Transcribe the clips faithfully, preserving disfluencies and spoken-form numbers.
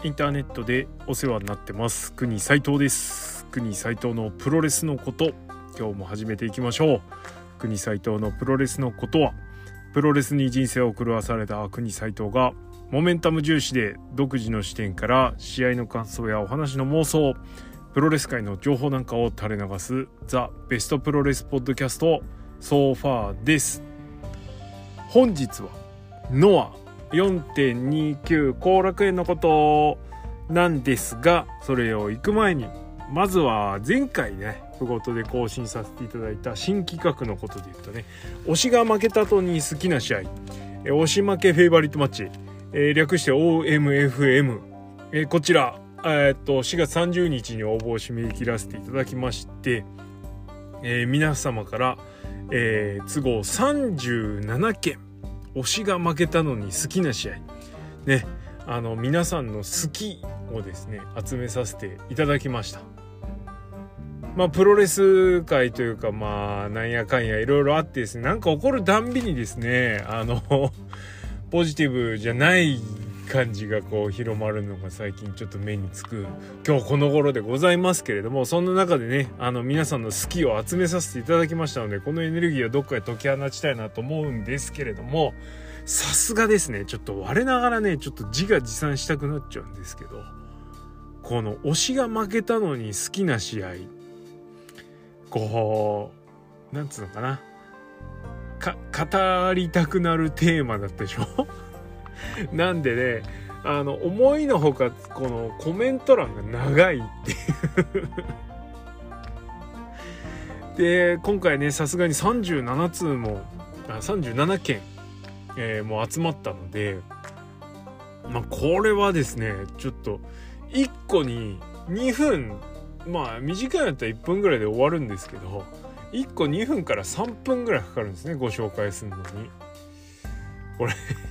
インターネットでお世話になってます国斉藤です。国斉藤のプロレスのこと、今日も始めていきましょう。国斉藤のプロレスのことは、プロレスに人生を狂わされた国斉藤がモメンタム重視で独自の視点から試合の感想やお話の妄想、プロレス界の情報なんかを垂れ流すザ・ベストプロレスポッドキャストソーファーです。本日はノア よんてんにきゅう 後楽園のことなんですが、それを行く前にまずは前回ねプゴトで更新させていただいた新企画のことで言うとね、推しが負けた後に好きな試合、え推し負けフェイバリットマッチ、えー、略して オーエムエフエム、えー、こちら、えー、っとしがつさんじゅうにちに応募を締め切らせていただきまして、えー、皆様から、えー、都合さんじゅうななけん推しが負けたのに好きな試合ね、あの皆さんの好きをですね集めさせていただきました。まあプロレス界というか、まあなんやかんやいろいろあってですね、なんか起こるたんびにですね、あのポジティブじゃない感じがこう広まるのが最近ちょっと目につく今日この頃でございますけれども、そんな中でね、あの皆さんの好きを集めさせていただきましたので、このエネルギーをどっかで解き放ちたいなと思うんですけれども、さすがですね、ちょっと我ながらねちょっと自画自賛したくなっちゃうんですけど、この推しが負けたのに好きな試合、こうなんつうのかな、か語りたくなるテーマだったでしょなんでね、あの思いのほかこのコメント欄が長いっていうで、今回ねさすがにさんじゅうななつうもあさんじゅうななけん、えー、もう集まったので、まあこれはですねちょっといっこににふん、まあ短いやったらいっぷんぐらいで終わるんですけど、いっこにふんからさんぷんぐらいかかるんですね、ご紹介するのに。これ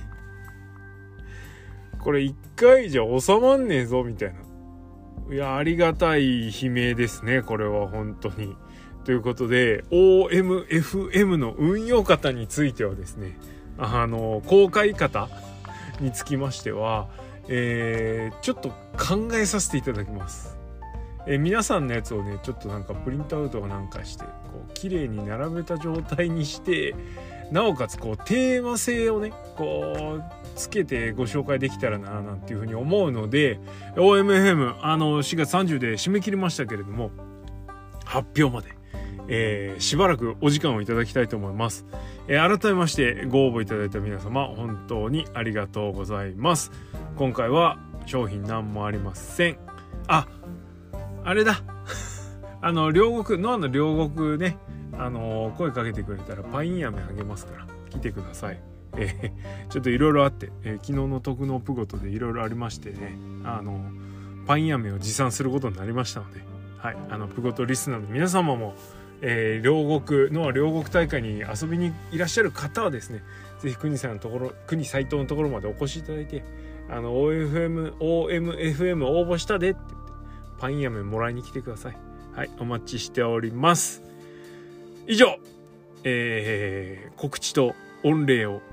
これいっかいじゃ収まんねえぞみたいな、いやありがたい悲鳴ですね、これは本当に。ということで オーエムエフエム の運用方についてはですね、あの公開方につきましては、えー、ちょっと考えさせていただきます。えー、皆さんのやつをねちょっとなんかプリントアウトかなんかしてこう綺麗に並べた状態にして、なおかつこうテーマ性をねこうつけてご紹介できたらななんていうふうに思うので、 オーエムエフエム あのしがつさんじゅうで締め切りましたけれども、発表まで、えー、しばらくお時間をいただきたいと思います。えー、改めましてご応募いただいた皆様本当にありがとうございます。今回は商品何もありません。あ、あれだあの両国ノアの両国ね、あのー、声かけてくれたらパイン飴あげますから来てください。えー、ちょっといろいろあって、えー、昨日の徳のプゴトでいろいろありましてね、あのパイン飴を持参することになりましたので、はい、あのプゴトリスナーの皆様も、えー、両国の両国大会に遊びにいらっしゃる方はですね、ぜひ国さんのところ、国斉藤のところまでお越しいただいて、あの オーエフエム オーエムエフエム 応募したでって言ってパイン飴もらいに来てください。はい、お待ちしております。以上、えー、告知と御礼を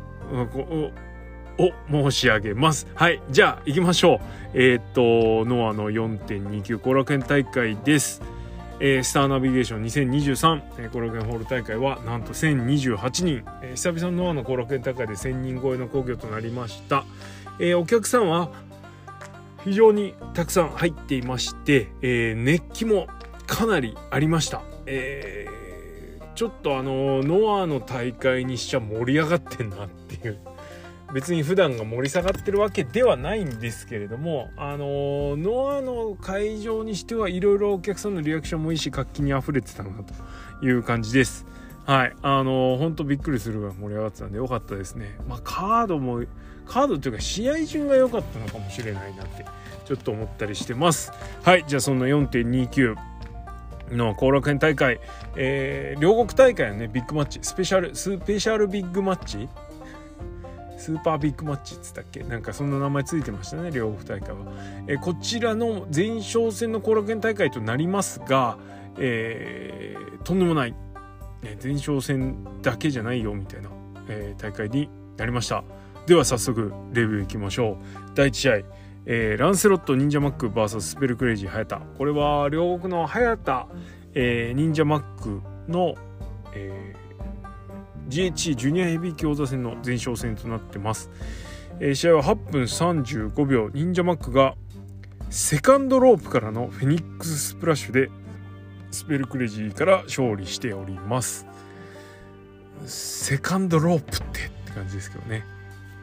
を申し上げます。はい、じゃあ行きましょう。えー、っとノアの よんてんにきゅう 後楽園大会です。えー、スターナビゲーションにせんにじゅうさん、えー、後楽園ホール大会はなんとせんにじゅうはちにん、えー、久々のノアの後楽園大会でせんにん超えの興行となりました。えー、お客さんは非常にたくさん入っていまして、えー、熱気もかなりありました。えー、ちょっとあのノアの大会にしちゃ盛り上がってんなっていう、別に普段が盛り下がってるわけではないんですけれども、あのノアの会場にしてはいろいろお客さんのリアクションもいいし活気にあふれてたなという感じです。はい、あの本当びっくりするぐらい盛り上がってたんでよかったですね。まあカードもカードというか試合順が良かったのかもしれないなってちょっと思ったりしてます。はい、じゃあそんな よんてんにきゅう の後楽園大会、えー、両国大会のねビッグマッチ、スペシャルスペシャルビッグマッチ、スーパービッグマッチっつったっけ、なんかそんな名前ついてましたね、両国大会は。えー、こちらの前哨戦の後楽園大会となりますが、えー、とんでもない、ね、前哨戦だけじゃないよみたいな、えー、大会になりました。では早速レビューいきましょう。だいいち試合、 えー、ランセロット忍者マック ブイエス スペルクレイジー早田。これは両国の早田、えー、忍者マックの、えー、ジーエイチシー ジュニアヘビー級王座戦の前哨戦となってます。えー、試合ははっぷんさんじゅうごびょう、忍者マックがセカンドロープからのフェニックススプラッシュでスペルクレイジーから勝利しております。セカンドロープってって感じですけどね。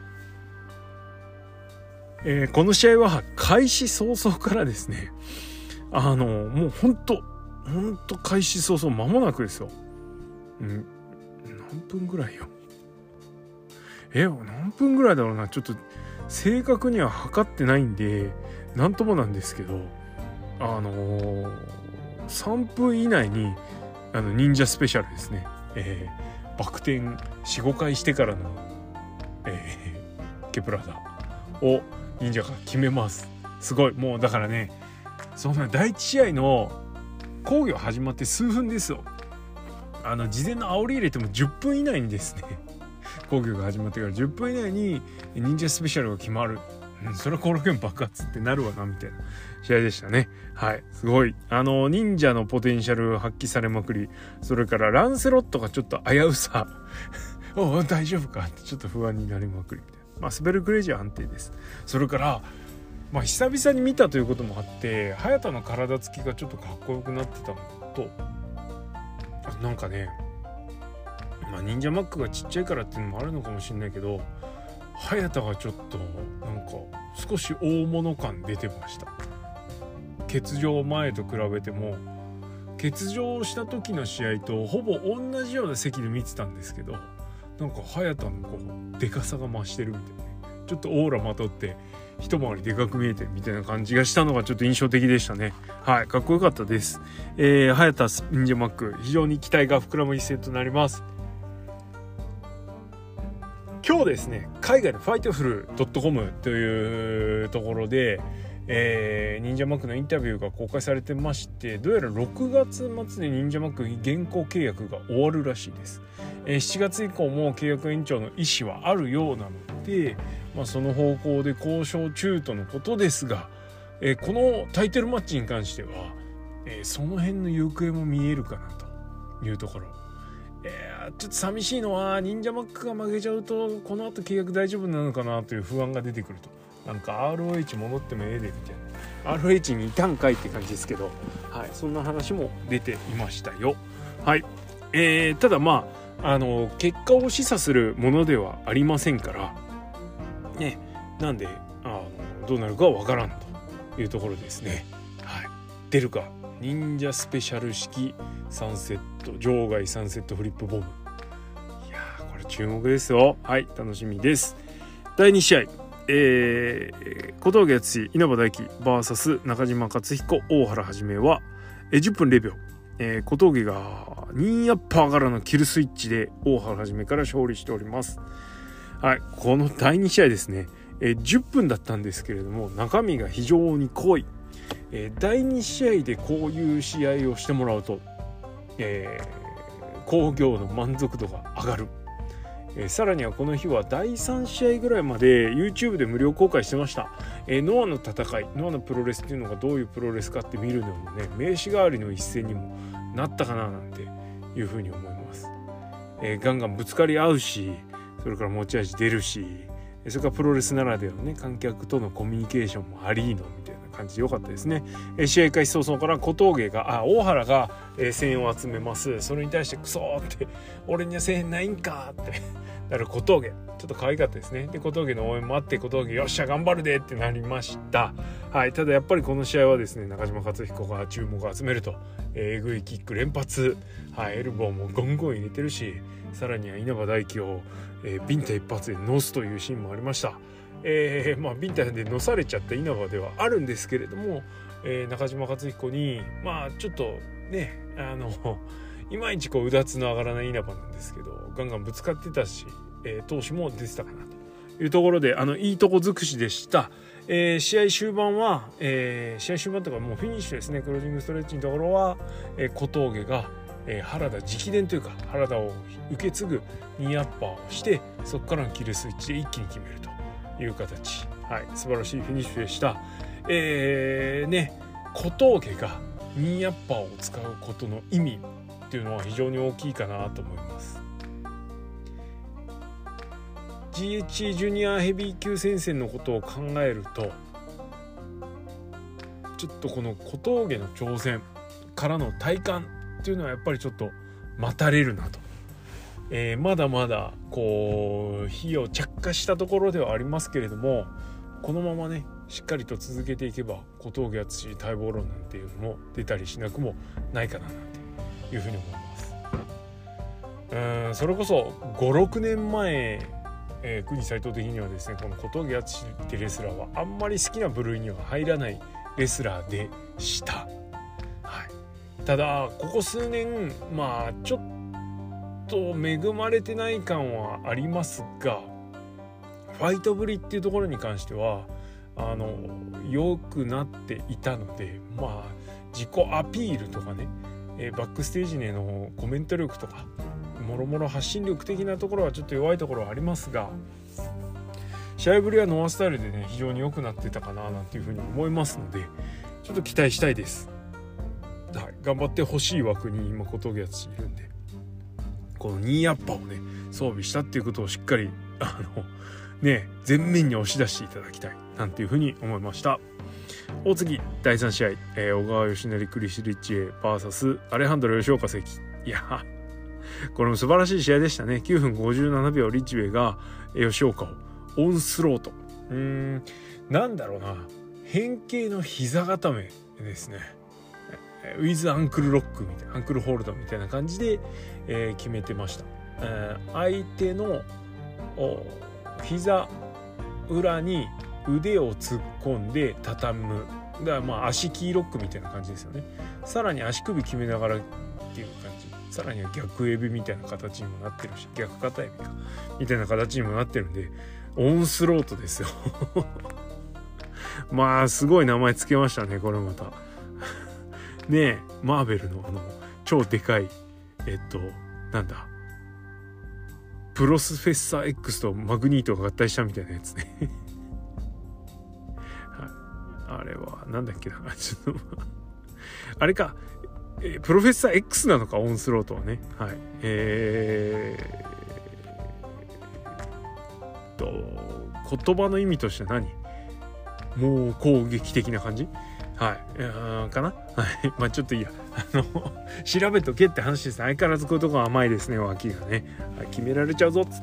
えー、この試合は開始早々からですね、あのもうほんとほんと開始早々間もなくですよ。うん、何分ぐらいよ。え何分ぐらいだろうな。ちょっと正確には測ってないんでなんともなんですけど、あのー、さんぷん以内にあの忍者スペシャルですね、えー、バク転 よん,ご 回してからの、えー、ケプラーダを忍者が決めます。すごい。もうだからね、そんなだいいち試合の興行始まって数分ですよ。あの事前の煽り入れてもじゅっぷん以内にですね、興行が始まってからじゅっぷん以内に忍者スペシャルが決まる、うん、それはこのゲーム爆発ってなるわなみたいな試合でしたね。はい、すごい。あの忍者のポテンシャル発揮されまくり、それからランセロットがちょっと危うさおお大丈夫かってちょっと不安になりまくりみたいな。まあ、スペルクレイジーは安定です。それから、まあ、久々に見たということもあって早田の体つきがちょっとかっこよくなってたのと、なんかね、まあ、忍者マックがちっちゃいからっていうのもあるのかもしれないけど、早田がちょっとなんか少し大物感出てました。欠場前と比べても、欠場した時の試合とほぼ同じような席で見てたんですけど、なんか早田のこうでかさが増してるみたいな、ね、ちょっとオーラまとって一回りでかく見えてるみたいな感じがしたのがちょっと印象的でしたね。はい、かっこよかったです。えー、早田忍者マック、非常に期待が膨らむ一戦となります。今日ですね、海外のファイトフル .com というところで、えー、忍者マックのインタビューが公開されてまして、どうやらろくがつ末で忍者マック現行契約が終わるらしいです。えー、しちがつ以降も契約延長の意思はあるようなので、まあ、その方向で交渉中とのことですが、えー、このタイトルマッチに関しては、えー、その辺の行方も見えるかなというところ。えー、ちょっと寂しいのは忍者マックが負けちゃうとこの後契約大丈夫なのかなという不安が出てくると。なんか アールオーエイチ 戻ってもええでみたいな、 アールオーエイチ にいたんかいって感じですけど、はい、そんな話も出ていましたよ。はい、えー、ただまああの結果を示唆するものではありませんからね、なんであのどうなるかはわからんというところですね。はい、出るか忍者スペシャル式さんセット、場外さんセットフリップボム、いやーこれ注目ですよ。はい、楽しみです。だいに試合、えー、小峠敦稲葉大輝 ブイエス 中島克彦大原はじめは、えー、じゅっぷんぜろびょう、えー、小峠がニーアッパーからのキルスイッチで大原はじめから勝利しております。はい、このだいに試合ですね、えー、じゅっぷんだったんですけれども中身が非常に濃い、えー、だいに試合でこういう試合をしてもらうと、えー、興行の満足度が上がる。えー、さらにはこの日はだいさん試合ぐらいまで YouTube で無料公開してました。えー、ノアの戦い、ノアのプロレスっていうのがどういうプロレスかって見るのもね、名刺代わりの一戦にもなったかななんていうふうに思います。えー、ガンガンぶつかり合うし、それから持ち味出るし、それからプロレスならではのね観客とのコミュニケーションもありのみたいな感じで良かったですね。えー、試合開始早々から小峠があ大原が、えー、声援を集めます。それに対してクソーって俺には声援ないんかってだから小峠ちょっと可愛かったですね。で小峠の応援もあって小峠よっしゃ頑張るでってなりました。はい、ただやっぱりこの試合はですね、中島克彦が注目を集めると、えー、えぐいキック連発、はい、エルボーもゴンゴン入れてるし、さらには稲葉大輝を、えー、ビンタ一発で乗すというシーンもありました。えー、まあビンタで乗されちゃった稲葉ではあるんですけれども、えー、中島克彦にまあちょっとねあのいまいちこううだつの上がらない稲葉なんですけどガンガンぶつかってたし、えー、投手も出てたかなというところで、あのいいとこ尽くしでした。えー、試合終盤は、えー、試合終盤とかもうフィニッシュですね、クロージングストレッチのところは、えー、小峠が、えー、原田直伝というか原田を受け継ぐニーアッパーをして、そこからのキルスイッチで一気に決めるという形、 はい、素晴らしいフィニッシュでした。えー、ね小峠がニーアッパーを使うことの意味っていうのは非常に大きいかなと思います。 ジーエイチイー ジュニアヘビー級戦線のことを考えると、ちょっとこの小峠の挑戦からの体感っていうのはやっぱりちょっと待たれるなと、えー、まだまだこう火を着火したところではありますけれども、このままねしっかりと続けていけば小峠敦待望論なんていうのも出たりしなくもないかななんていうふうに思います。うーんそれこそごろくねんまえ、えー、国斉藤的にはですね、この小峠敦ってレスラーはあんまり好きな部類には入らないレスラーでした、はい、ただここ数年まあちょっと恵まれてない感はありますが、ファイトぶりっていうところに関してはあの良くなっていたので、まあ自己アピールとかね、えー、バックステージでのコメント力とかもろもろ発信力的なところはちょっと弱いところはありますが、試合ぶりはノアスタイルでね非常に良くなってたかななんていうふうに思いますので、ちょっと期待したいです。はい、頑張ってほしい枠に今小峠敦いるんで、このニーアッパーをね装備したっていうことをしっかりあのね前面に押し出していただきたいなんていうふうに思いました。お次だいさん試合、えー、小川義成クリス・リッチエ ブイエス アレハンドロ吉岡関、いやこれも素晴らしい試合でしたね。きゅうふんごじゅうななびょうリッチウェイが吉岡をオンスロート、うーんなんだろうな、変形の膝固めですね、ウィズアンクルロックみたいな、アンクルホールドみたいな感じで、えー、決めてました。えー、相手の膝裏に腕を突っ込んで畳む、だからまあ足キーロックみたいな感じですよね。さらに足首決めながらっていう感じ、さらには逆エビみたいな形にもなってるし、逆肩エビかみたいな形にもなってるんでオンスロートですよまあすごい名前つけましたね、これまたねえ、マーベルのあの超でかいえっとなんだプロスフェッサー X とマグニートが合体したみたいなやつねあれはなんだっけな、ちょっとあれか、えー、プロフェッサー X なのか、オンスロートはね、はい、えー、と言葉の意味として何、もう攻撃的な感じ、はい、かな、はい、まあちょっといいや、あの調べとけって話です。相変わらずこういうとこは甘いですね、脇がね、はい、決められちゃうぞっつって、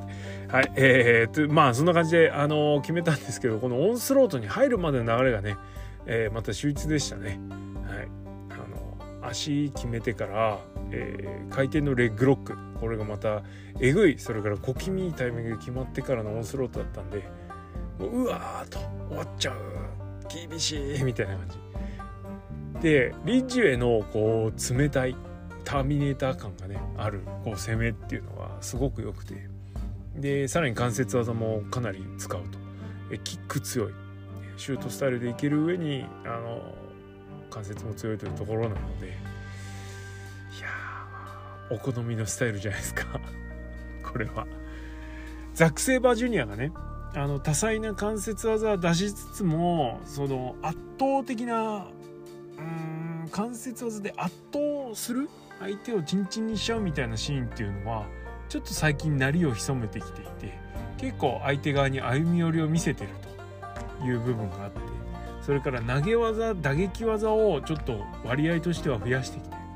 はい、えー、とまあそんな感じであの決めたんですけど、このオンスロートに入るまでの流れがね、えー、また秀逸でしたね。はい、あの足決めてから、えー、回転のレッグロック、これがまたえぐい、それから小気味いいタイミングで決まってからのオンスロートだったんで、もううわーっと終わっちゃう、厳しいみたいな感じで、リッジウェイのこう冷たいターミネーター感がねあるこう攻めっていうのがすごく良くて、でさらに関節技もかなり使うと、えキック強い、シュートスタイルでいける上にあの関節も強いというところなので、いやお好みのスタイルじゃないですかこれはザック・セイバージュニアがね、あの多彩な関節技を出しつつも、その圧倒的なうーん関節技で圧倒する、相手をチンチンにしちゃうみたいなシーンっていうのはちょっと最近鳴りを潜めてきていて、結構相手側に歩み寄りを見せてるという部分があって、それから投げ技打撃技をちょっと割合としては増やしてきてる。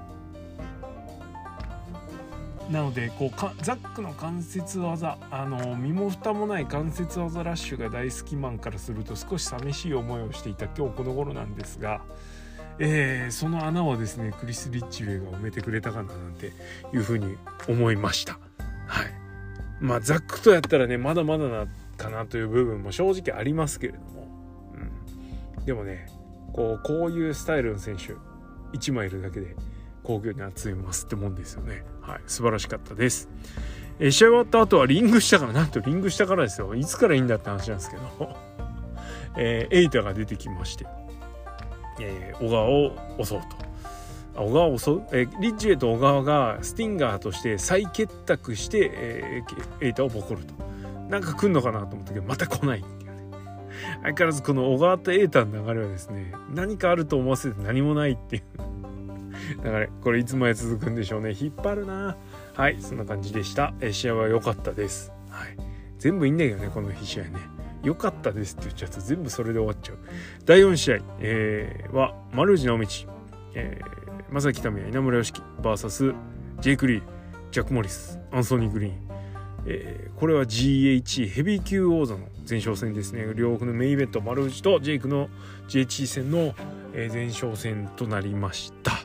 なのでこうかザックの関節技、あの身も蓋もない関節技ラッシュが大好きマンからすると少し寂しい思いをしていた今日この頃なんですが、えー、その穴をですねクリス・リッチウェイが埋めてくれたかななんていうふうに思いました。はい、まあザックとやったらねまだまだなかなという部分も正直ありますけれども、うん、でもねこうこういうスタイルの選手いちまいいるだけで興行に集めますってもんですよね。はい、素晴らしかったです。えー、試合終わった後はリング下から、なんとリング下からですよ、いつからいいんだって話なんですけどえー、エイタが出てきまして、えー、小川を襲うと、あ小川を襲う、えー、リッジウェイと小川がスティンガーとして再結託して、えー、エイタをボコると、なんか来んのかなと思ったけどまた来ないっていうね、 相変わらずこの小川と瑛太の流れはですね、何かあると思わせて何もないっていう流れ、これいつまで続くんでしょうね。引っ張るな。はい、そんな感じでした。え試合は良かったです。はい、全部いいんだけどね、この日試合ね。良かったですって言っちゃうと全部それで終わっちゃう。だいよん試合、えー、は丸藤直道、えー、正木民也、稲村良樹 ブイエス ジェイク・リー、ジャック・モリス、アンソニー・グリーン、えー、これは ジーエイチ ヘビー級王座の前哨戦ですね。両国のメインイベント、丸藤とジェイクの ジーエイチ 戦の前哨戦となりました。はい、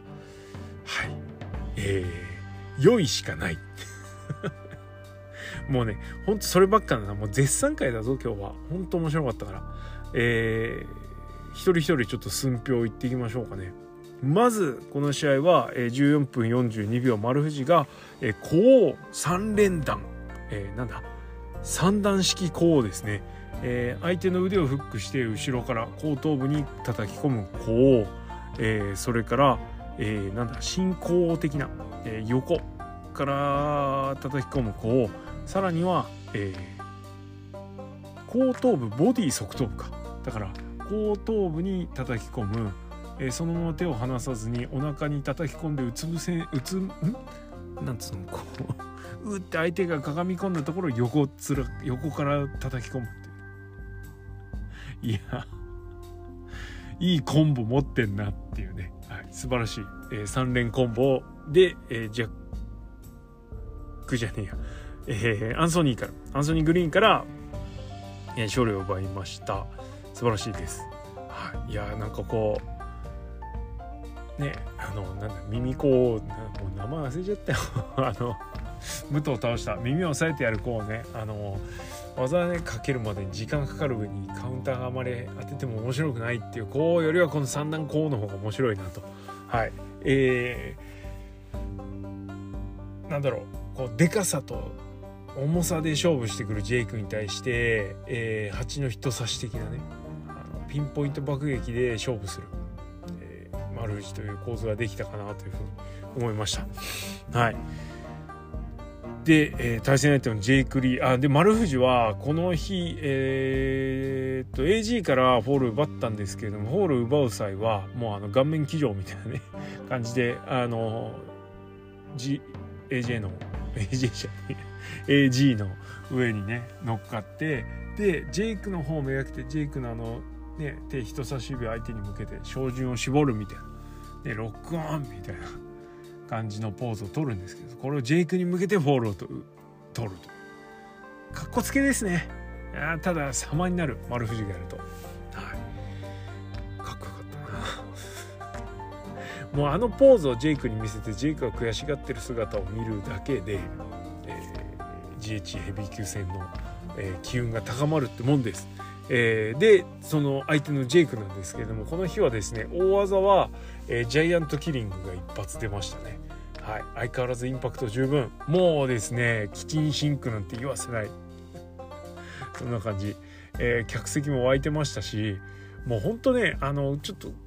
えー、良いしかないもうね、ほんとそればっかだな。もう絶賛会だぞ今日は。ほんと面白かったから、えー、一人一人ちょっと寸評いっていきましょうかね。まずこの試合はじゅうよんぷんよんじゅうにびょう、丸藤が小王さん連弾、えー、なんだ三段式小王ですね。えー、相手の腕をフックして後ろから後頭部に叩き込む小王、えー、それから、えー、なんだ進行王的な、えー、横から叩き込む小王、さらには、えー、後頭部ボディ側頭部か、だから後頭部に叩き込む、えー、そのまま手を離さずにお腹に叩き込んでうつ伏せうつんなんつうのこううって相手がかがみ込んだところを横つら横から叩き込むっていう、いやいいコンボ持ってんなっていうね、はい、素晴らしい、えー、さん連コンボで、えー、ジャックじゃねえやえー、アンソニーからアンソニー・グリーンから、えー、勝利を奪いました。素晴らしいです。はい、いやーなんかこうね、あのなんだ耳こうなもう名前忘れちゃったよあの武藤を倒した耳を押さえてやるこうね、あの技ねかけるまでに時間かかる上にカウンターがあまり当てても面白くないっていうこうよりはこの三段こうの方が面白いなと。はい、えー、なんだろうこうでかさと重さで勝負してくるジェイクに対して、えー、蜂の人差し的なね、あのピンポイント爆撃で勝負する、えー、丸藤という構図ができたかなというふうに思いました。はい。で、えー、対戦相手のジェイク・リー、あで丸藤はこの日、えー、っと エージー からフォール奪ったんですけれども、フォール奪う際はもうあの顔面騎乗みたいなね感じであの G エージェー の エージェー じゃねえエージー の上にね乗っかって、でジェイクの方をめがけてジェイクのあのね手人差し指相手に向けて照準を絞るみたいなでロックオンみたいな感じのポーズを取るんですけど、これをジェイクに向けてフォールをと取るとかっこつけですね。あただ様になる丸藤がやると、はい、かっこよかったなもうあのポーズをジェイクに見せてジェイクが悔しがってる姿を見るだけで、えー、ジーエイチ ヘビー級戦の、えー、機運が高まるってもんです。えー、でその相手のジェイクなんですけれども、この日はですね大技は、えー、ジャイアントキリングが一発出ましたね。はい、相変わらずインパクト十分、もうですねキチンシンクなんて言わせないそんな感じ、えー、客席も湧いてましたし、もうほんとねあのちょっと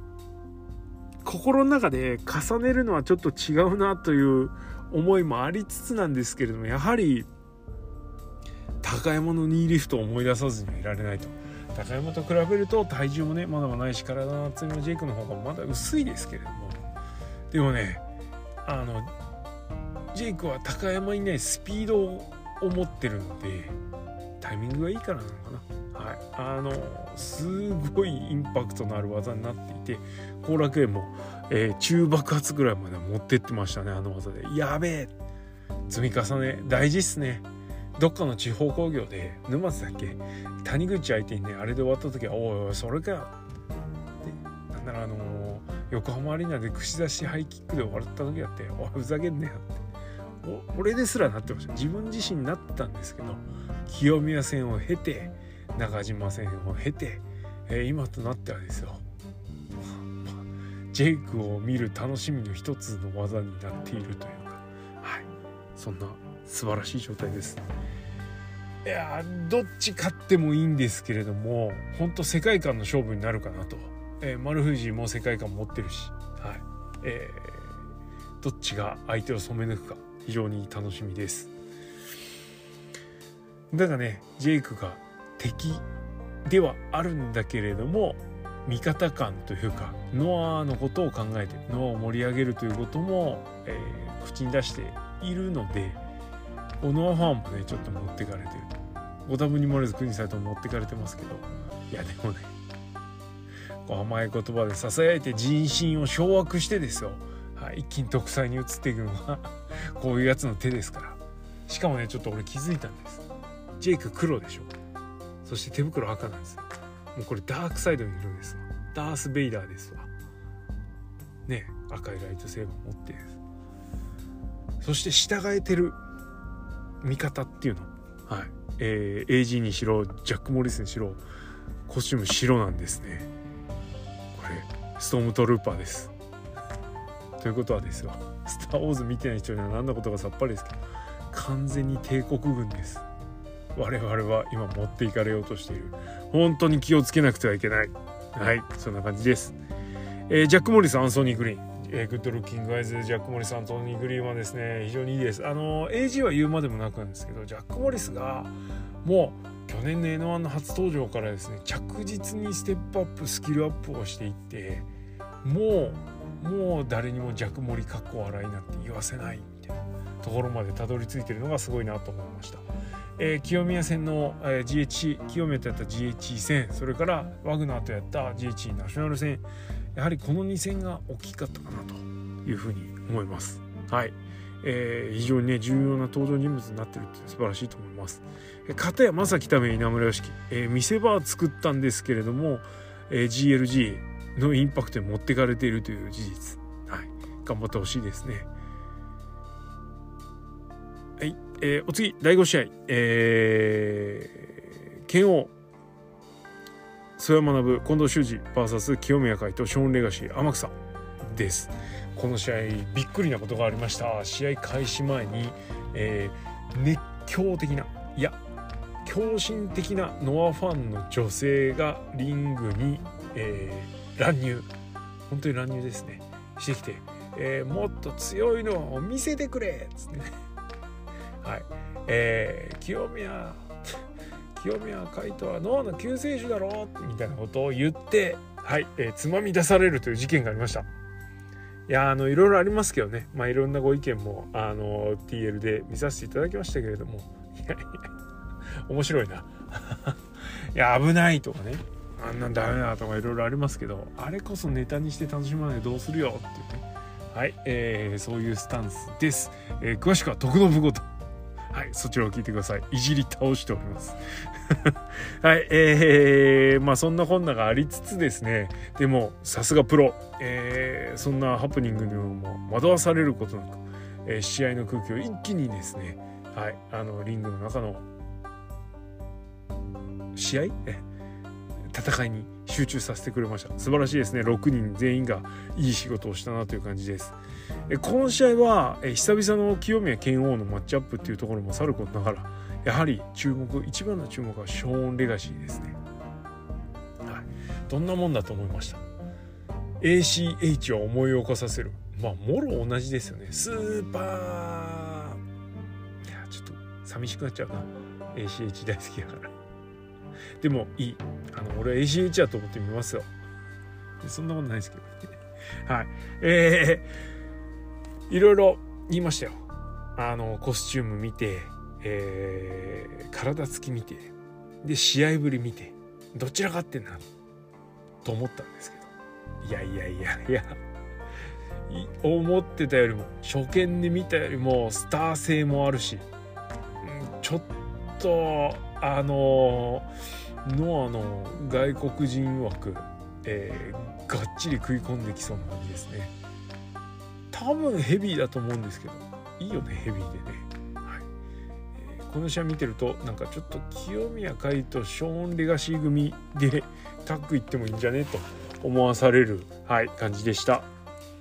心の中で重ねるのはちょっと違うなという思いもありつつなんですけれども、やはり高山のニーリフトを思い出さずにはいられないと。高山と比べると体重もねまだまだないし、体の厚みのジェイクの方がまだ薄いですけれども、でもねあのジェイクは高山にねスピードを持ってるのでタイミングがいいからなのかな。はい、あのすごいインパクトのある技になっていて、後楽園も、えー、中爆発ぐらいまで持ってってましたね。あの技でやべえ積み重ね大事っすね。どっかの地方工業で沼津だっけ谷口相手にねあれで終わった時はおいおいそれかよってなんならあのー、横浜アリーナで串刺しハイキックで終わった時だっておいふざけんなよってお俺ですらなってました。自分自身になったんですけど、清宮戦を経て中島戦を経て、えー、今となってはですよジェイクを見る楽しみの一つの技になっているというか、はい、そんな素晴らしい状態です。いやどっち勝ってもいいんですけれども、本当世界観の勝負になるかなと、えー、丸藤も世界観持ってるし、はいえー、どっちが相手を染め抜くか非常に楽しみです。だからねジェイクが敵ではあるんだけれども、味方感というかノアのことを考えてノアを盛り上げるということも、えー、口に出しているので、ノアファンもねちょっと持ってかれてると。ご多分に漏れず国際とも持ってかれてますけど、いやでもね、こう甘い言葉でささやいて人心を掌握してですよ、はい、一気に独裁に移っていくのがこういうやつの手ですから。しかもねちょっと俺気づいたんです。ジェイク黒でしょ、そして手袋赤なんですよ。もうこれダークサイドにいるんですわ。ダース・ベイダーですわね。赤いライトセーバー持ってです。そして従えてる味方っていうの、はい、えー、エージー にしろジャック・モリスにしろコスチューム白なんですね。これストームトルーパーです。ということはですよ、スター・ウォーズ見てない人には何のことかさっぱりですけど、完全に帝国軍です。我々は今持っていかれようとしている。本当に気をつけなくてはいけない。はい、そんな感じです。えー、ジャック・モリス、アンソニー・グリーン、えー、グッドルッキングアイズ、ジャック・モリス、アンソニー・グリーンはですね非常にいいです。あの エージー は言うまでもなくなんですけど、ジャック・モリスがもう去年の エヌワン の初登場からですね着実にステップアップスキルアップをしていって、もうもう誰にもジャック・モリかっこ笑いなんて言わせないみたいなところまでたどり着いているのがすごいなと思いました。えー、清宮線の、えー、ジーエイチシー 清宮とやった ジーエイチシー 線、それからワグナーとやった ジーエイチシー ナショナル線、やはりこのに線が大きかったかなというふうに思います。はい、えー、非常にね重要な登場人物になってるって素晴らしいと思います。えー、片や正木為稲村良樹、えー、見せ場は作ったんですけれども、えー、ジーエルジー のインパクトに持ってかれているという事実、はい、頑張ってほしいですね。はい、えー、お次だいご試合、えー、剣王曽谷学、近藤修二 ブイエス 清宮海斗、ショーンレガシー、天草です。この試合びっくりなことがありました。試合開始前に、えー、熱狂的ないや狂信的なノアファンの女性がリングに、えー、乱入、本当に乱入ですねしてきて、えー、もっと強いのを見せてくれっつってねはい、えー、清宮清宮海斗は脳の救世主だろみたいなことを言って、はい、えー、つまみ出されるという事件がありました。いやあのいろいろありますけどね、まあいろんなご意見もあの ティーエル で見させていただきましたけれども、いやいや面白いないや危ないとかね、あんなんダメだとかいろいろありますけど、あれこそネタにして楽しまないでどうするよっていうね、はい、えー、そういうスタンスです。えー、詳しくは徳の武ごと、はい、そちらを聞いてください。いじり倒しておりますはい、えー、まあそんなこんながありつつですね、でもさすがプロ、えー、そんなハプニングにも惑わされることなく、えー、試合の空気を一気にですね、はい、あのリングの中の試合え戦いに集中させてくれました。素晴らしいですね。ろくにん全員がいい仕事をしたなという感じです。えこの試合はえ久々の清宮剣王のマッチアップっていうところもさることながら、やはり注目一番の注目はショーン・レガシーですね。はい、どんなもんだと思いました。 エーシーエイチ を思い起こさせる、まあもろ同じですよね。スーパー、いやちょっと寂しくなっちゃうな、 エーシーエイチ 大好きだから。でもいい、あの俺は エーシーエイチ だと思ってみますよ。そんなことないですけどねはい、えー、いろいろ言いましたよ。あのコスチューム見て、えー、体つき見て、で試合ぶり見て、どちら勝ってんなと思ったんですけど、いやいやいやいや思ってたよりも初見で見たよりもスター性もあるし、ちょっとあのノアの外国人枠、えー、がっちり食い込んできそうな感じですね。多分ヘビーだと思うんですけど、いいよねヘビーでね、はいえー、この試合見てるとなんかちょっと清宮海とショーン・レガシー組でタッグいってもいいんじゃねと思わされる、はい、感じでした。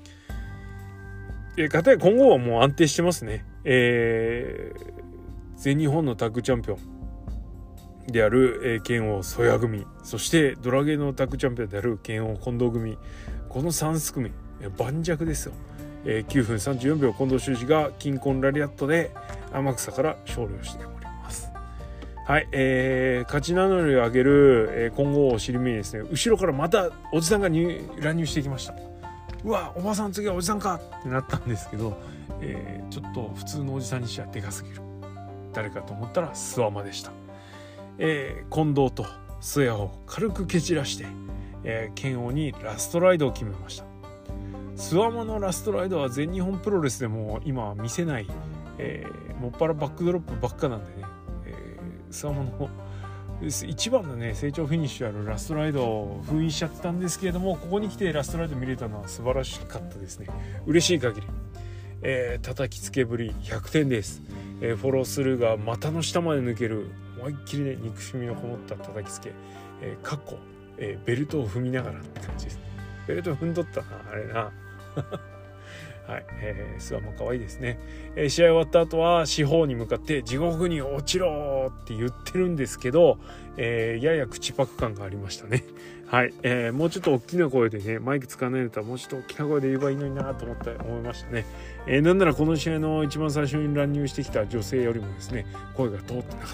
えー、かたや今後はもう安定してますね。えー、全日本のタッグチャンピオンである、えー、剣王曽谷組、そしてドラゲーのタッグチャンピオンである剣王近藤組、このさん組、えー、盤石ですよ。えー、きゅうふんさんじゅうよんびょう近藤修二が金婚ラリアットで天草から勝利をしております。 はい、えー、勝ち名乗りを上げる、えー、今後を知る目にですね、後ろからまたおじさんが入乱入してきました。うわ、おばさん次はおじさんかってなったんですけど、えー、ちょっと普通のおじさんにしてはでかすぎる。誰かと思ったら諏訪間でした。えー、近藤と須谷を軽く蹴散らして、えー、剣王にラストライドを決めました。諏訪間のラストライドは全日本プロレスでも今は見せない、えー、もっぱらバックドロップばっかなんでね、えー、諏訪間の一番のね成長フィニッシュあるラストライドを封印しちゃってたんですけれども、ここに来てラストライド見れたのは素晴らしかったですね。嬉しい限り、えー、叩きつけぶりひゃくてんです。えー、フォロースルーが股の下まで抜ける思いっきりね憎しみのこもった叩きつけ、えー、かっこ、えー、ベルトを踏みながらって感じです。ベルト踏んどったなあれなはい、えー、諏訪も可愛いですね。えー、試合終わった後は四方に向かって地獄に落ちろって言ってるんですけど、えー、やや口パク感がありましたね。はい、えー、もうちょっと大きな声でね、マイク使わないんだったらもうちょっと大きな声で言えばいいのになと思って思いましたね。えー、なんならこの試合の一番最初に乱入してきた女性よりもですね、声が通ってなかった。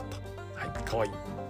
はい、可愛い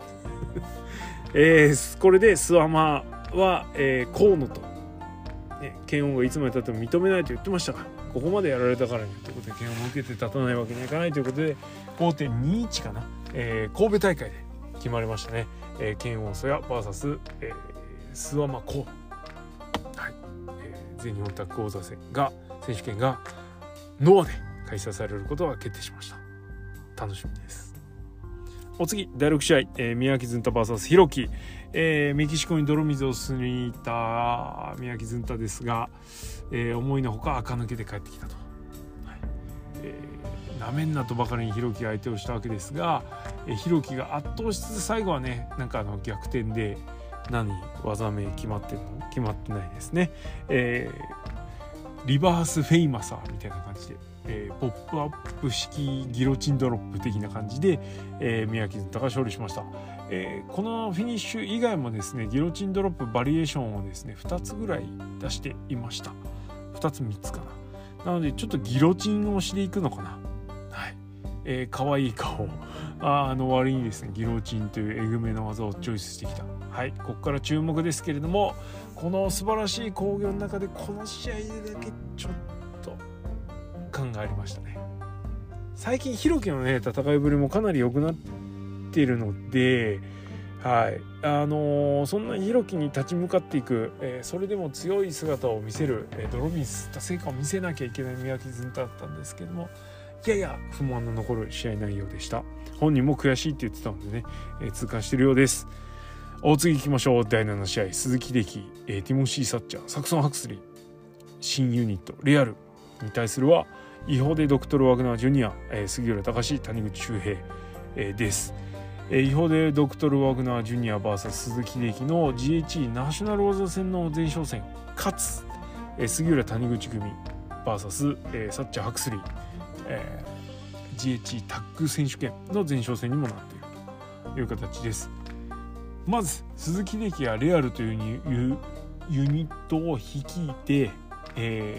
えー、これで諏訪間は、えー、河野と剣王がいつまでたっても認めないと言ってましたが、ここまでやられたからにということで剣王も受けて立たないわけにはいかないということで ごてんにいち かな、えー、神戸大会で決まりましたね。えー、剣王曽谷 ブイエス、えー、諏訪間河野、はい、えー、全日本タッグ王座戦が選手権がノアで開催されることが決定しました。楽しみです。お次だいろく試合、えー、宮脇ずんた ブイエス ひろき、えー、メキシコに泥水を吸いに行った宮脇ずんたですが、えー、思いのほか垢抜けて帰ってきたと、はいえー、なめんなとばかりにひろきが相手をしたわけですが、えー、ひろきが圧倒しつつ最後はねなんかあの逆転で何技名決まってるの決まってないですね、えー、リバースフェイマサーみたいな感じで、えー、ポップアップ式ギロチンドロップ的な感じで、えー、宮脇ずんたが勝利しました。えー、このフィニッシュ以外もですねギロチンドロップバリエーションをですねふたつぐらい出していました。ふたつみっつかな。なのでちょっとギロチンをしていくのかな。はい、えー、かわいい顔あの割にですねギロチンというえぐめの技をチョイスしてきた。はい、ここから注目ですけれども、この素晴らしい興行の中でこの試合でだけちょっと感がありましたね。最近ひろきのね戦いぶりもかなり良くなっているので、はいあのー、そんなひろきに立ち向かっていく、えー、それでも強い姿を見せる、えー、泥水吸った成果を見せなきゃいけない宮脇ずんただったんですけども、やや不満の残る試合内容でした。本人も悔しいって言ってたのでね、えー、痛感しているようです。お次行きましょう。だいなな試合鈴木秀樹、えー、ティモシー・サッチャー、サクソン・ハクスリー、新ユニットレアルに対するは違法でドクトル・ワグナー・ジュニア、えー、杉浦隆、谷口周平、えー、です。えー、違法でドクトル・ワグナー・ジュニア ブイエス 鈴木秀樹の ジーエイチイー ナショナル王座戦の前哨戦かつ、えー、杉浦谷口組 ブイエス、えー、サッチャー・ハクスリー、えー、ジーエイチイー タッグ選手権の前哨戦にもなっているという形です。まず鈴木秀樹がレアルというユニットを率いて、え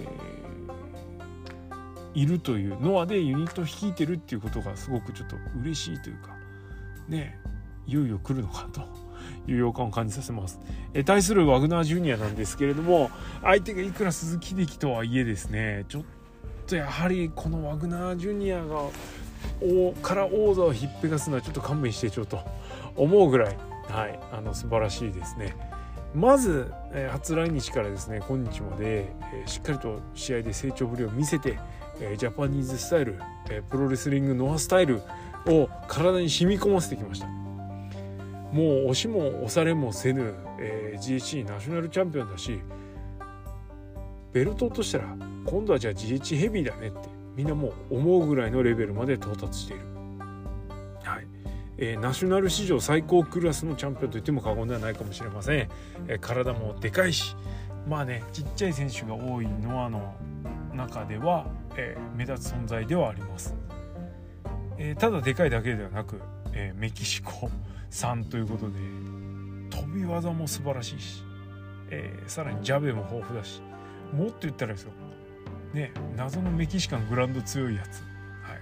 ー、いるというノアでユニットを率いてるっていうことがすごくちょっと嬉しいというかね、いよいよ来るのかという予感を感じさせます。え対するワグナージュニアなんですけれども、相手がいくら鈴木秀樹とはいえですね、ちょっとやはりこのワグナージュニアがおから王座をひっぺがすのはちょっと勘弁してちょっと思うぐらい、はい、あの素晴らしいですね。まず、えー、初来日からですね今日まで、えー、しっかりと試合で成長ぶりを見せて、えー、ジャパニーズスタイル、えー、プロレスリングノアスタイルを体に染み込ませてきました。もう押しも押されもせぬ、えー、ジーエイチイー ナショナルチャンピオンだし、ベルト落としたら今度はじゃあ ジーエイチイー ヘビーだねってみんなもう思うぐらいのレベルまで到達している。はい、えー、ナショナル史上最高クラスのチャンピオンと言っても過言ではないかもしれません。えー、体もでかいし、まあねちっちゃい選手が多いノアの中では、えー、目立つ存在ではあります。えー、ただでかいだけではなく、えー、メキシコ産ということで飛び技も素晴らしいし、えー、さらにジャベも豊富だし、もっと言ったらですよね、謎のメキシカングラウンド強いやつ、はい、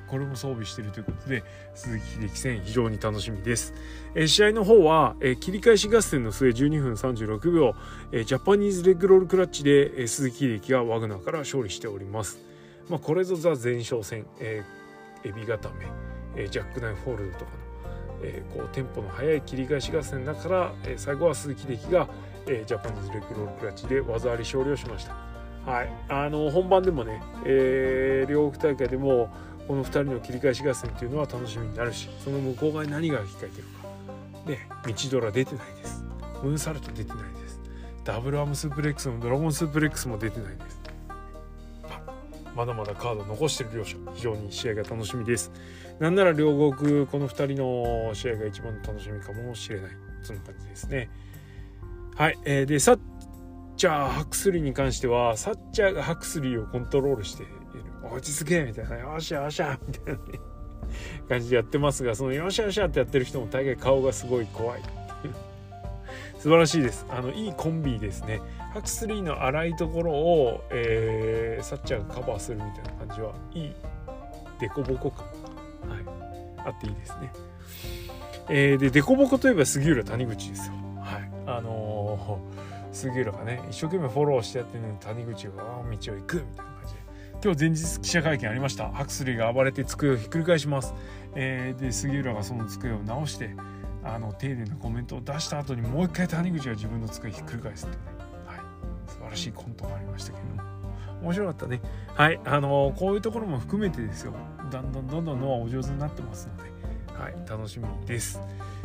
これも装備しているということで、鈴木秀樹戦非常に楽しみです。えー、試合の方は、えー、切り返し合戦の末じゅうにふんさんじゅうろくびょう、えー、ジャパニーズレッグロールクラッチで、えー、鈴木秀樹がワグナーから勝利しております。まあ、これぞザ前哨戦、えー、エビ固め、えー、ジャックナイフホールドとかの、えー、こうテンポの速い切り返し合戦だから、えー、最後は鈴木秀樹が、えー、ジャパニーズレッグロールクラッチで技あり勝利をしました。はい、あの本番でもね、えー、両国大会でもこのふたりの切り返し合戦というのは楽しみになるし、その向こう側に何が控えてるかで、道ドラ出てないです。ムーンサルト出てないです。ダブルアームスープレックスもドラゴンスープレックスも出てないです。まだまだカード残してる両者、非常に試合が楽しみです。なんなら両国このふたりの試合が一番楽しみかもしれない、そんな感じですね。はい、えー、でサッチャーハクスリーに関しては、サッチャーがハクスリーをコントロールしている、落ち着けみたいな、よっしゃよっしゃみたいな、ね、感じでやってますが、そのよっしゃよっしゃってやってる人も大概顔がすごい怖い素晴らしいです。あのいいコンビですね。ハクスリーの荒いところを、えー、サッチャーがカバーするみたいな感じはいいデコボコ感、はい、あっていいですね。えー、でデコボコといえば杉浦谷口ですよ。はい、あのー杉浦がね一生懸命フォローしてやってるのに谷口が道を行くみたいな感じで、今日前日記者会見ありました。ハクスリーが暴れて机をひっくり返します。えー、で杉浦がその机を直してあの丁寧なコメントを出した後にもう一回谷口が自分の机をひっくり返すってね、はい、素晴らしいコントがありましたけども、面白かったね。はい、あのー、こういうところも含めてですよ、だんだんどんどんノアお上手になってますので、はい、楽しみです。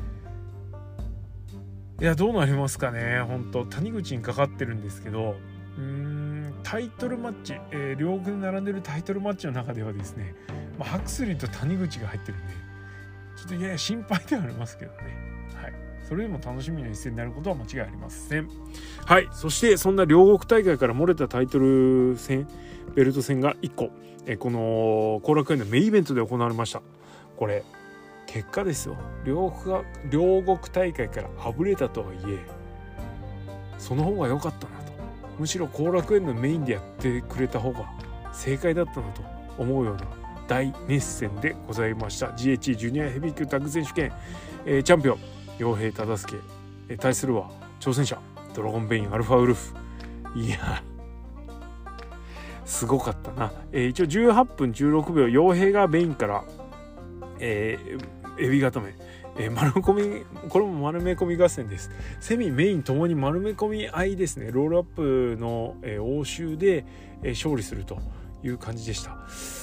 いや、どうなりますかね。本当谷口にかかってるんですけど、うーんタイトルマッチ、えー、両国に並んでるタイトルマッチの中ではですね、まあ、ハクスリーと谷口が入ってるんでちょっとやや心配ではありますけどね。はい、それでも楽しみな一戦になることは間違いありません。はい、そしてそんな両国大会から漏れたタイトル戦、ベルト戦がいっこ、えー、この後楽園のメインイベントで行われました。これ結果ですよ、両国が両国大会からあぶれたとはいえ、その方が良かったなと、むしろ後楽園のメインでやってくれた方が正解だったなと思うような大熱戦でございました。 ジーエイチ ジュニアヘビー級タッグ選手権、えー、チャンピオン陽平忠介、えー、対するは挑戦者ドラゴンベインアルファウルフ。いやすごかったな。えー、一応じゅうはっぷんじゅうろくびょう、陽平がベインから、えーエビ固め、えー、丸め込み、これも丸め込み合戦です。セミメインともに丸め込み合いですね。ロールアップの、えー、応酬で、えー、勝利するという感じでした。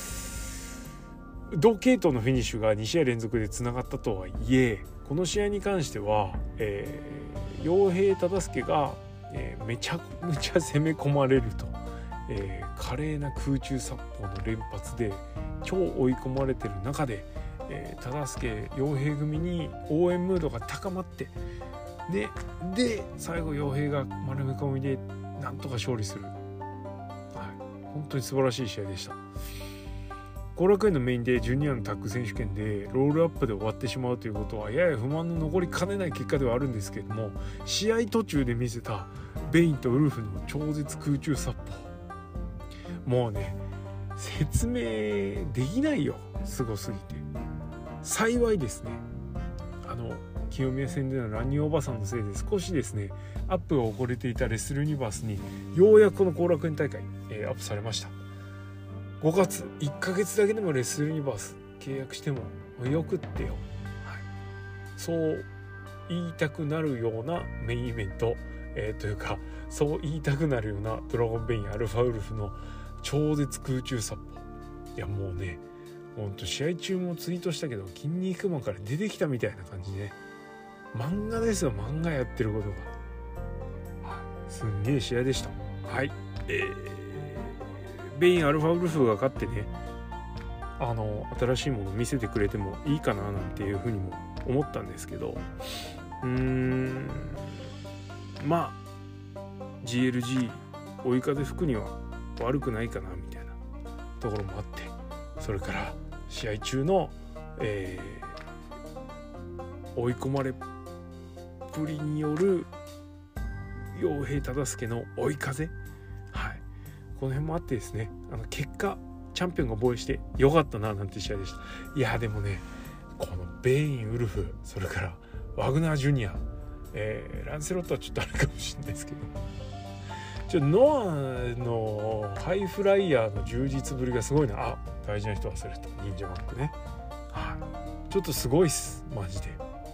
同系統のフィニッシュがにしあい連続でつながったとはいえ、この試合に関しては、えー、陽平忠介が、えー、めちゃめちゃ攻め込まれると、えー、華麗な空中殺法の連発で超追い込まれてる中で、えー、忠介陽平組に応援ムードが高まって、でで最後陽平が丸め込みでなんとか勝利する、はい、本当に素晴らしい試合でした。後楽園のメインでジュニアのタッグ選手権でロールアップで終わってしまうということはやや不満の残りかねない結果ではあるんですけれども、試合途中で見せたベインとウルフの超絶空中殺法、もうね説明できないよ、すごすぎて。幸いですね、あの清宮戦での乱入おばさんのせいで少しですねアップが遅れていたレスルユニバースにようやくこの後楽園大会、えー、アップされました。ごがついっかげつだけでもレスルユニバース契約してもよくってよ、はい、そう言いたくなるようなメインイベント、えー、というかそう言いたくなるようなドラゴンベインアルファウルフの超絶空中殺法。いやもうね、ほんと試合中もツイートしたけど筋肉マンから出てきたみたいな感じで、漫画ですよ、漫画やってることが、はい、すんげえ試合でした。はい、えー、ベインアルファウルフが勝ってね、あの新しいものを見せてくれてもいいかななんていうふうにも思ったんですけど、うーんまあ ジーエルジー 追い風吹くには悪くないかなみたいなところもあって、それから試合中の、えー、追い込まれっぷりによる陽平忠介の追い風、はい、この辺もあってですね、あの結果チャンピオンが防衛してよかったななんて試合でした。いやでもねこのベインウルフそれからワグナージュニア、えー、ランセロットはちょっとあれかもしれないですけどちょノアのハイフライヤーの充実ぶりがすごいな。あ大事な人忘れた忍者マックね、はい、ちょっとすごいっすマジで。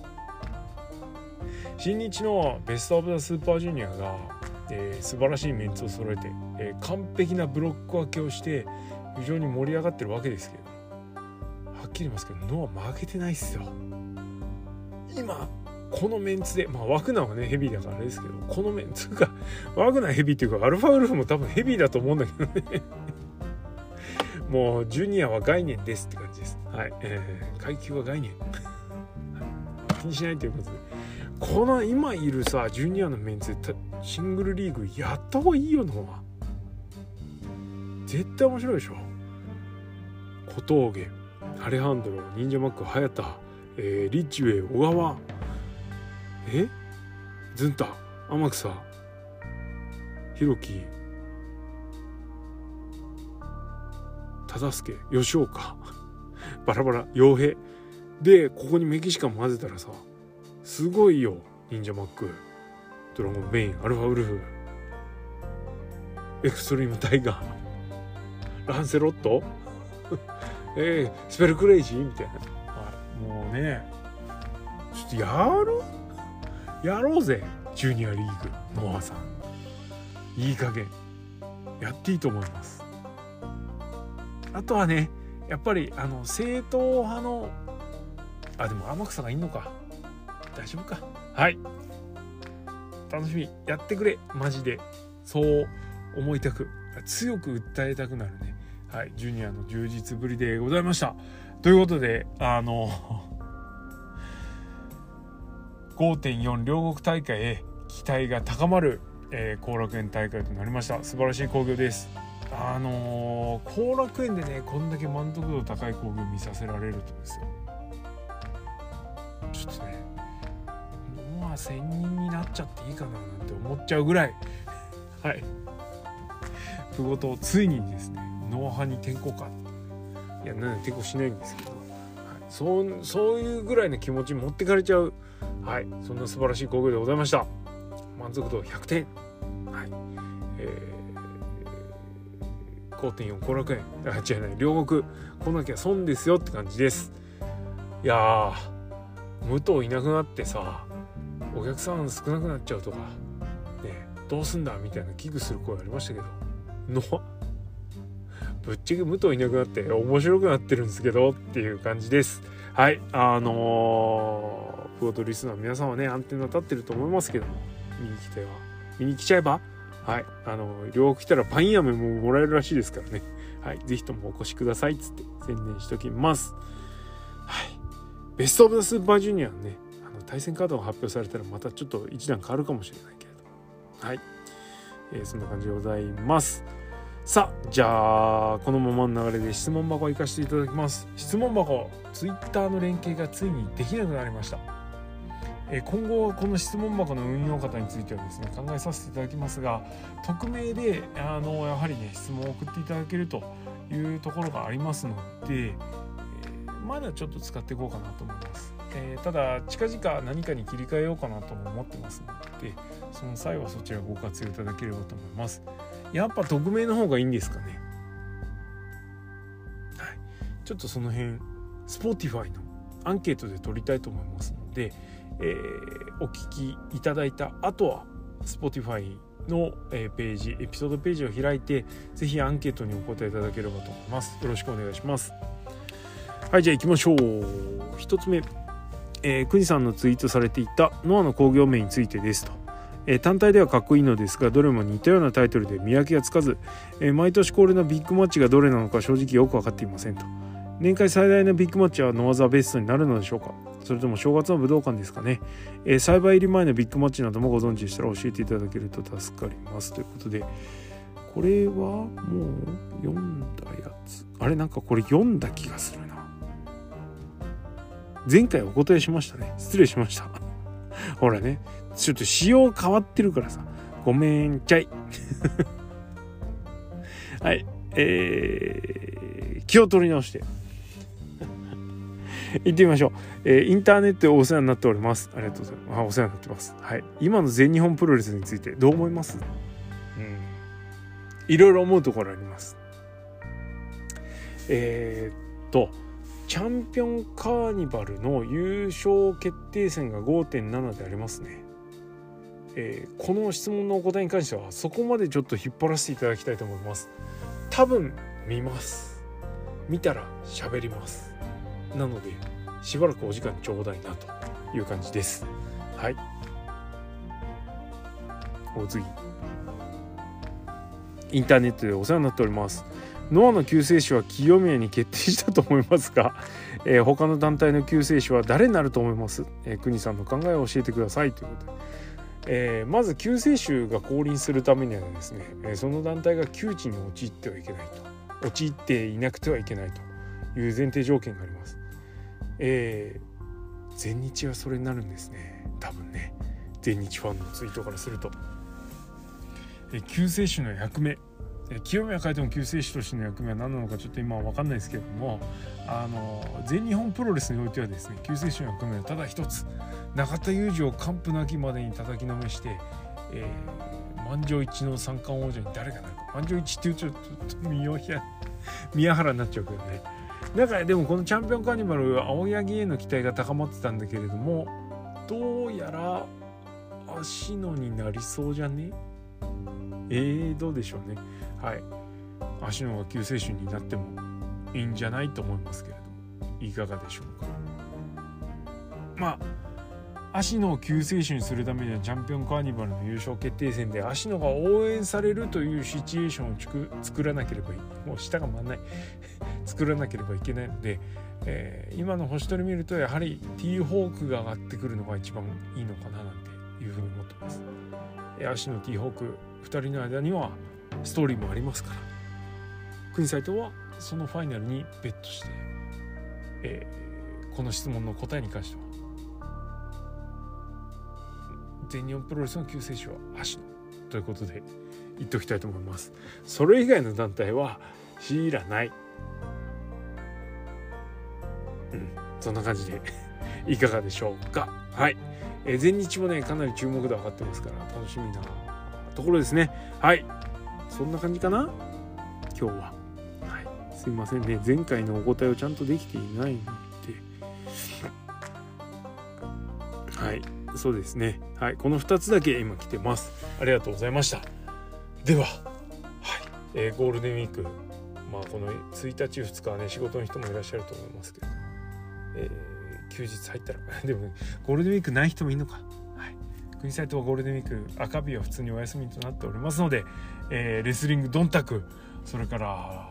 新日のベストオブザスーパージュニアが、えー、素晴らしいメンツを揃えて、えー、完璧なブロック分けをして非常に盛り上がってるわけですけど、はっきり言いますけどノア負けてないっすよ今このメンツで。まあワグナーはねヘビーだからあれですけど、このメンツがワグナーヘビーっていうかアルファウルフも多分ヘビーだと思うんだけどねもうジュニアは概念ですって感じです。はい、えー、階級は概念気にしないということで、この今いるさジュニアのメンツでシングルリーグやった方がいいよノア。絶対面白いでしょ。小峠、アレハンドロ、忍者マック、早田、えー、リッチウェイ、小川、えズンタ、天草、ひろき、忠助、吉岡バラバラ、傭兵でここにメキシカン混ぜたらさすごいよ。忍者マック、ドラゴンベイン、アルファウルフ、エクストリームタイガー、ランセロットえー、スペルクレイジーみたいな、はい、もうねちょっとやろうやろうぜジュニアリーグノアさんいい加減やっていいと思います。あとはねやっぱりあの正統派のあでも天草がいんのか大丈夫か。はい楽しみやってくれマジでそう思いたく強く訴えたくなるね。はいジュニアの充実ぶりでございました。ということであの ごてんよん 両国大会へ期待が高まる後、えー、楽園大会となりました。素晴らしい興行です。あの後、ー、楽園でねこんだけ満足度高い興行を見させられるとですよちょっとねもうせんにんになっちゃっていいかななんて思っちゃうぐらいはいプゴトついにですねノア派に転向かいやなんで転向しないんですけど、はい、そうそういうぐらいの気持ち持ってかれちゃう、はい、そんな素晴らしい興行でございました。満足度ひゃくてん、はいえー、ごてんよん 後楽園あ違うない両国来なきゃ損ですよって感じです。いやー武藤いなくなってさお客さん少なくなっちゃうとかねどうすんだみたいな危惧する声ありましたけどのぶっちゃけ武藤いなくなって面白くなってるんですけどっていう感じです。はいあのー、プロトリスナーの皆さんはねアンテナ立ってると思いますけども見に来ては見に来ちゃえばはいあの両国来たらパイン飴ももらえるらしいですからね。はいぜひともお越しくださいっつって宣伝しときます。はいベストオブザスーパージュニアのねあの対戦カードが発表されたらまたちょっと一段変わるかもしれないけれどはい、えー、そんな感じでございます。さあじゃあこのままの流れで質問箱を行かせていただきます。質問箱ツイッターの連携がついにできなくなりました。えー、今後はこの質問箱の運用方についてはですね考えさせていただきますが匿名であのやはりね質問を送っていただけるというところがありますので、えー、まだちょっと使っていこうかなと思います。えー、ただ近々何かに切り替えようかなとも思ってますのでその際はそちらご活用いただければと思います。やっぱ匿名の方がいいんですかね。はい、ちょっとその辺 Spotify のアンケートで取りたいと思いますので、えー、お聞きいただいた後は Spotify の、えー、ページエピソードページを開いてぜひアンケートにお答えいただければと思います。よろしくお願いします。はいじゃあ行きましょう。一つ目、えー、国さんのツイートされていたノアの興行名についてですと、えー、単体ではかっこいいのですがどれも似たようなタイトルで見分けがつかず、えー、毎年恒例のビッグマッチがどれなのか正直よく分かっていませんと。年間最大のビッグマッチはノアザベストになるのでしょうか。それとも正月の武道館ですかね。えー、栽培入り前のビッグマッチなどもご存知でしたら教えていただけると助かりますということで、これはもう読んだやつあれなんかこれ読んだ気がするな。前回お答えしましたね。失礼しましたほらねちょっと仕様変わってるからさごめんちゃいはいえ気を取り直して行ってみましょう。えー、インターネットでお世話になっております。ありがとうございます。あ、お世話になってます。はい。今の全日本プロレスについてどう思います？うん。いろいろ思うところあります。えー、っとチャンピオンカーニバルの優勝決定戦が ごてんなな でありますね。えー、この質問のお答えに関してはそこまでちょっと引っ張らせていただきたいと思います。多分見ます。見たら喋ります。なのでしばらくお時間ちょうだいなという感じです。はい。お次、インターネットでお世話になっております。ノアの救世主は清宮に決定したと思いますが、えー、他の団体の救世主は誰になると思います？えー、国さんの考えを教えてくださいということで、えー、まず救世主が降臨するためにはですね、えー、その団体が窮地に陥ってはいけないと、陥っていなくてはいけないという前提条件があります。えー、全日はそれになるんですね、多分ね。全日ファンのツイートからすると、えー、救世主の役目、えー、清宮海斗の救世主としての役目は何なのかちょっと今は分かんないですけれども、あの全日本プロレスにおいてはですね、救世主の役目はただ一つ、中田裕二を完膚なきまでに叩きのめして、えー、満場一致の三冠王者に誰がなるか。満場一致っていうとちょっと宮原宮原になっちゃうけどね。だからでもこのチャンピオンカーニバル、青柳への期待が高まってたんだけれども、どうやら芦野になりそうじゃね。えー、どうでしょうね。はい、芦野が救世主になってもいいんじゃないと思いますけれども、いかがでしょうか。まあ芦野を救世主にするためにはチャンピオンカーニバルの優勝決定戦で芦野が応援されるというシチュエーションを作らなければいい、もう舌が回んない作らなければいけないので、えー、今の星取り見るとやはり T ホークが上がってくるのが一番いいのかななんていうふうに思ってます。芦野 T ホークふたりの間にはストーリーもありますから、国斎藤はそのファイナルにベットして、えー、この質問の答えに関しては全日本プロレスの救世主は芦野ということで言っておきたいと思います。それ以外の団体は知らない。うん、そんな感じでいかがでしょうか。はい、えー、全日もねかなり注目度上がってますから楽しみなところですね。はい、そんな感じかな今日は。はい、すいませんね、前回のお答えをちゃんとできていないので、はい、そうですね。はい、このふたつだけ今来てます。ありがとうございました。では、はい、えー、ゴールデンウィーク、まあこのついたちふつかはね仕事の人もいらっしゃると思いますけど、えー、休日入ったらでも、ね、ゴールデンウィークない人もいいのか。はい、国サイトはゴールデンウィーク赤日は普通にお休みとなっておりますので、えー、レスリングドンタク、それから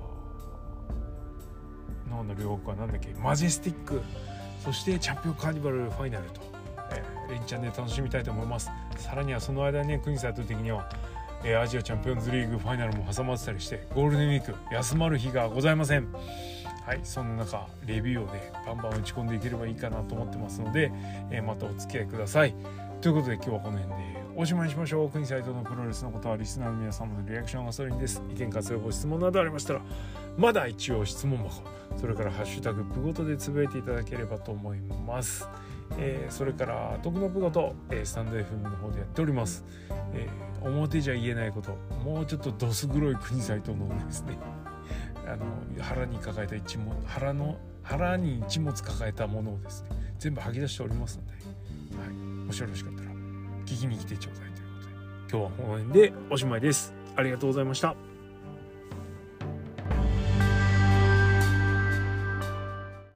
脳の両国はなんだっけ、マジェスティック、そしてチャンピオンカーニバルファイナルと、えー、連チャンで楽しみたいと思います。さらにはその間にね、国サイト的には、えー、アジアチャンピオンズリーグファイナルも挟まってたりしてゴールデンウィーク休まる日がございません。はい、そんな中レビューをねバンバン打ち込んでいければいいかなと思ってますので、えー、またお付き合いください。ということで今日はこの辺でおしまいにしましょう。国サイトのプロレスのことはリスナーの皆様のリアクションがそれにです。意見活用ご質問などありましたらまだ一応質問箱、それからハッシュタグプごとでつぶやいていただければと思います。えー、それから徳のプごと、えー、スタンド エフエム の方でやっております。えー、表じゃ言えないこと、もうちょっとどす黒い国サイトのですね、あの腹に抱えた一物、腹の腹に一物抱えたものをですね全部吐き出しておりますので、はい、もしよろしかったら聞きに来てちょうだいということで今日はこの辺でおしまいです。ありがとうございました。